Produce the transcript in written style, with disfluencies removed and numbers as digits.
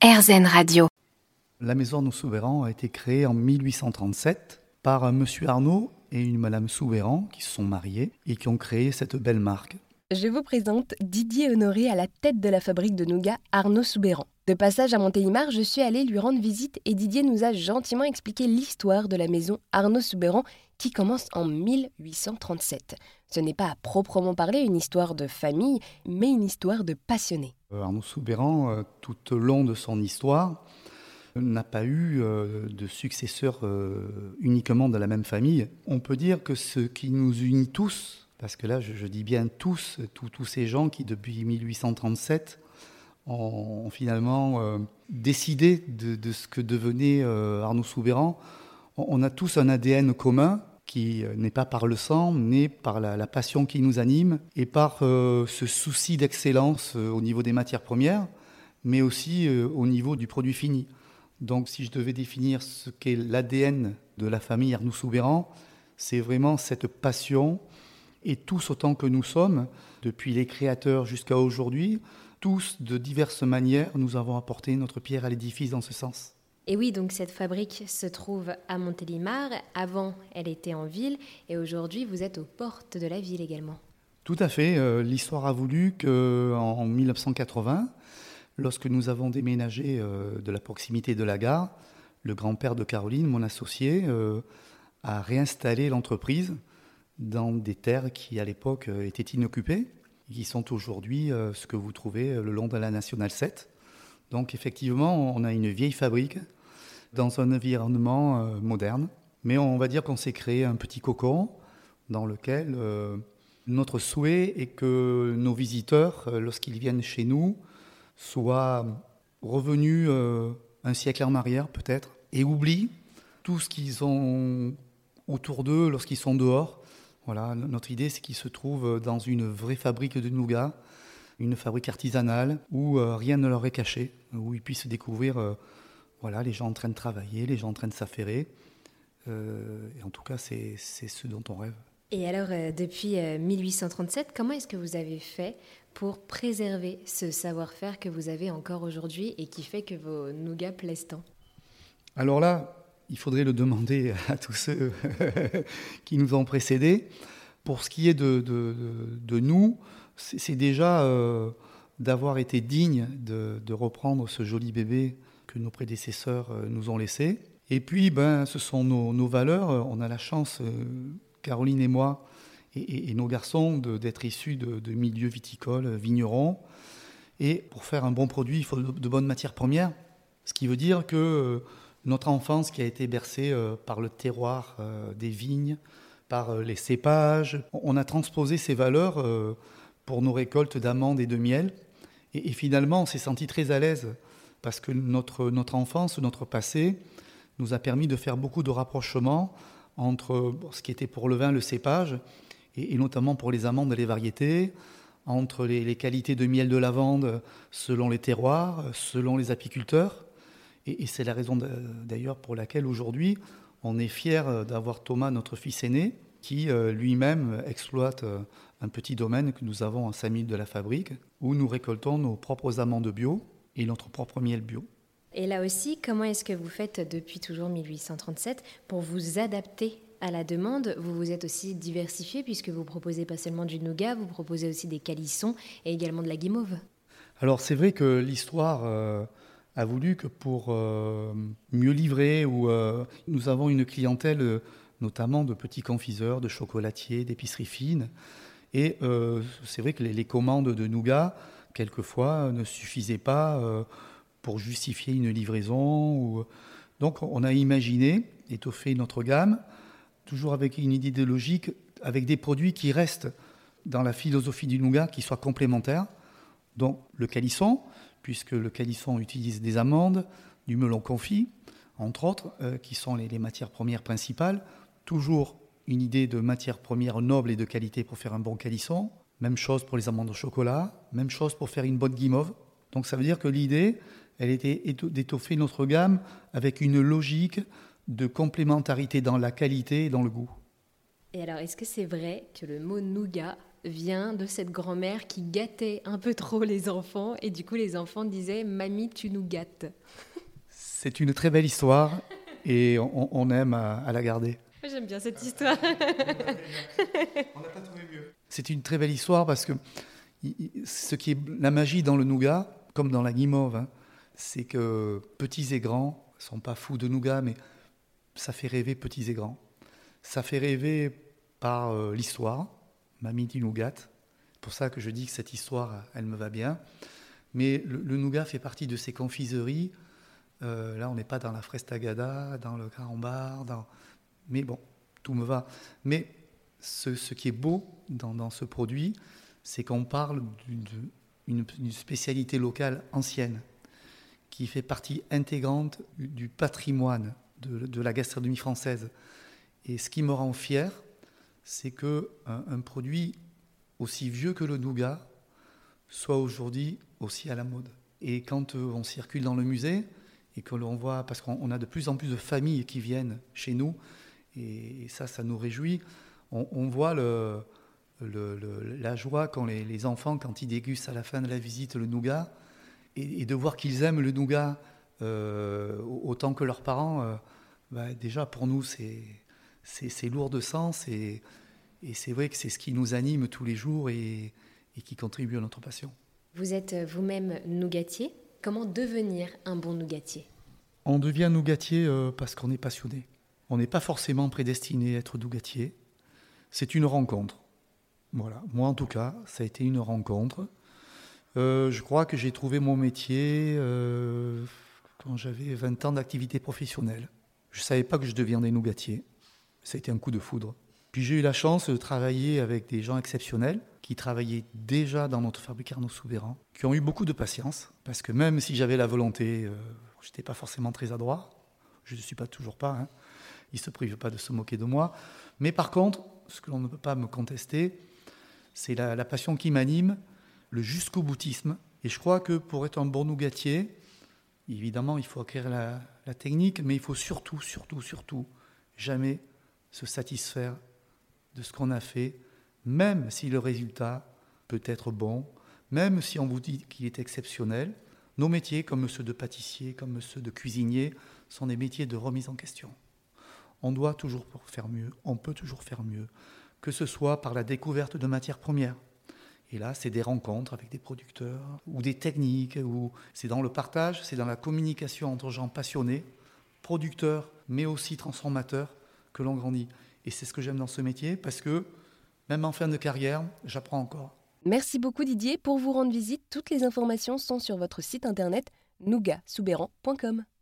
RZN Radio. La maison Arnaud Soubeyran a été créée en 1837 par un monsieur Arnaud et une madame Soubeyran qui se sont mariés et qui ont créé cette belle marque. Je vous présente Didier Honoré à la tête de la fabrique de nougat Arnaud Soubeyran. De passage à Montélimar, je suis allée lui rendre visite et Didier nous a gentiment expliqué l'histoire de la maison Arnaud Soubeyran qui commence en 1837. Ce n'est pas à proprement parler une histoire de famille, mais une histoire de passionnés. Arnaud Soubeyran, tout au long de son histoire, n'a pas eu de successeur uniquement de la même famille. On peut dire que ce qui nous unit tous, parce que là je dis bien tous ces gens qui depuis 1837 ont finalement décidé de ce que devenait Arnaud Soubeyran, on a tous un ADN commun qui n'est pas par le sang, mais par la passion qui nous anime et par ce souci d'excellence au niveau des matières premières, mais aussi au niveau du produit fini. Donc si je devais définir ce qu'est l'ADN de la famille Arnaud Soubeyran, c'est vraiment cette passion, et tous autant que nous sommes, depuis les créateurs jusqu'à aujourd'hui, tous de diverses manières, nous avons apporté notre pierre à l'édifice dans ce sens. Et oui, donc cette fabrique se trouve à Montélimar. Avant, elle était en ville et aujourd'hui, vous êtes aux portes de la ville également. Tout à fait. L'histoire a voulu qu'en 1980, lorsque nous avons déménagé de la proximité de la gare, le grand-père de Caroline, mon associé, a réinstallé l'entreprise dans des terres qui, à l'époque, étaient inoccupées, et qui sont aujourd'hui ce que vous trouvez le long de la Nationale 7. Donc, effectivement, on a une vieille fabrique dans un environnement moderne. Mais on va dire qu'on s'est créé un petit cocon dans lequel notre souhait est que nos visiteurs, lorsqu'ils viennent chez nous, soient revenus un siècle en arrière peut-être et oublient tout ce qu'ils ont autour d'eux lorsqu'ils sont dehors. Voilà, notre idée, c'est qu'ils se trouvent dans une vraie fabrique de nougat, une fabrique artisanale où rien ne leur est caché, où ils puissent découvrir les gens en train de travailler, les gens en train de s'affairer. Et en tout cas, c'est ce dont on rêve. Et alors, depuis 1837, comment est-ce que vous avez fait pour préserver ce savoir-faire que vous avez encore aujourd'hui et qui fait que vos nougats plaisent tant ? Alors là, il faudrait le demander à tous ceux qui nous ont précédés. Pour ce qui est de nous, c'est déjà d'avoir été digne de reprendre ce joli bébé que nos prédécesseurs nous ont laissé. Et puis, ce sont nos valeurs. On a la chance, Caroline et moi, et nos garçons, d'être issus de milieux viticoles, vignerons. Et pour faire un bon produit, il faut de bonnes matières premières. Ce qui veut dire que notre enfance qui a été bercée par le terroir des vignes, par les cépages, on a transposé ces valeurs pour nos récoltes d'amandes et de miel. Et finalement, on s'est senti très à l'aise parce que notre enfance, notre passé, nous a permis de faire beaucoup de rapprochements entre ce qui était pour le vin, le cépage, et notamment pour les amandes et les variétés, entre les qualités de miel de lavande selon les terroirs, selon les apiculteurs. Et c'est la raison d'ailleurs pour laquelle aujourd'hui, on est fiers d'avoir Thomas, notre fils aîné, qui lui-même exploite un petit domaine que nous avons à 5 minutes de la fabrique, où nous récoltons nos propres amandes bio et notre propre miel bio. Et là aussi, comment est-ce que vous faites depuis toujours 1837 pour vous adapter à la demande? Vous vous êtes aussi diversifié puisque vous proposez pas seulement du nougat, vous proposez aussi des calissons et également de la guimauve. Alors c'est vrai que l'histoire a voulu que pour mieux livrer, nous avons une clientèle notamment de petits confiseurs, de chocolatiers, d'épiceries fines. Et c'est vrai que les commandes de nougat, quelquefois, ne suffisaient pas pour justifier une livraison. Donc on a imaginé étoffer notre gamme, toujours avec une idée logique, avec des produits qui restent dans la philosophie du nougat, qui soient complémentaires. Donc le calisson, puisque le calisson utilise des amandes, du melon confit, entre autres, qui sont les matières premières principales. Toujours une idée de matières premières nobles et de qualité pour faire un bon calisson. Même chose pour les amandes au chocolat, même chose pour faire une bonne guimauve. Donc ça veut dire que l'idée, elle était d'étoffer notre gamme avec une logique de complémentarité dans la qualité et dans le goût. Et alors, est-ce que c'est vrai que le mot nougat vient de cette grand-mère qui gâtait un peu trop les enfants et du coup les enfants disaient « Mamie, tu nous gâtes ». C'est une très belle histoire et on aime à la garder. J'aime bien cette histoire. On n'a pas trouvé mieux. C'est une très belle histoire parce que ce qui est la magie dans le nougat, comme dans la guimauve, hein, c'est que petits et grands ne sont pas fous de nougat, mais ça fait rêver petits et grands. Ça fait rêver par l'histoire. Mamie dit nougat. C'est pour ça que je dis que cette histoire, elle me va bien. Mais le nougat fait partie de ces confiseries. Là, on n'est pas dans la frestagada, dans le carambar, mais bon, tout me va. Mais ce qui est beau dans ce produit, c'est qu'on parle d'une spécialité locale ancienne, qui fait partie intégrante du patrimoine de la gastronomie française. Et ce qui me rend fier, c'est qu'un produit aussi vieux que le nougat soit aujourd'hui aussi à la mode. Et quand on circule dans le musée, et que l'on voit, parce qu'on a de plus en plus de familles qui viennent chez nous, et ça nous réjouit, on voit la joie quand les enfants, quand ils dégustent à la fin de la visite le nougat, et de voir qu'ils aiment le nougat autant que leurs parents, déjà pour nous c'est lourd de sens, et c'est vrai que c'est ce qui nous anime tous les jours et qui contribue à notre passion. Vous êtes vous-même nougatier. Comment devenir un bon nougatier ? On devient nougatier parce qu'on est passionné. On n'est pas forcément prédestiné à être nougatier. C'est une rencontre. Voilà. Moi, en tout cas, ça a été une rencontre. Je crois que j'ai trouvé mon métier quand j'avais 20 ans d'activité professionnelle. Je ne savais pas que je deviendrais nougatier. Ça a été un coup de foudre. Puis j'ai eu la chance de travailler avec des gens exceptionnels qui travaillaient déjà dans notre fabrique Arnaud Soubeyran, qui ont eu beaucoup de patience, parce que même si j'avais la volonté, je n'étais pas forcément très adroit. Je ne suis pas toujours pas. Hein. Ils ne se privent pas de se moquer de moi. Mais par contre, ce que l'on ne peut pas me contester, c'est la passion qui m'anime, le jusqu'au boutisme. Et je crois que pour être un bon nougatier, évidemment, il faut acquérir la technique, mais il faut surtout jamais se satisfaire de ce qu'on a fait, même si le résultat peut être bon, même si on vous dit qu'il est exceptionnel. Nos métiers, comme ceux de pâtissier, comme ceux de cuisinier, sont des métiers de remise en question. On doit toujours faire mieux, on peut toujours faire mieux, que ce soit par la découverte de matières premières. Et là, c'est des rencontres avec des producteurs ou des techniques, ou c'est dans le partage, c'est dans la communication entre gens passionnés, producteurs, mais aussi transformateurs, que l'on grandit. Et c'est ce que j'aime dans ce métier, parce que même en fin de carrière, j'apprends encore. Merci beaucoup Didier. Pour vous rendre visite, toutes les informations sont sur votre site internet nougatsoubeyran.com.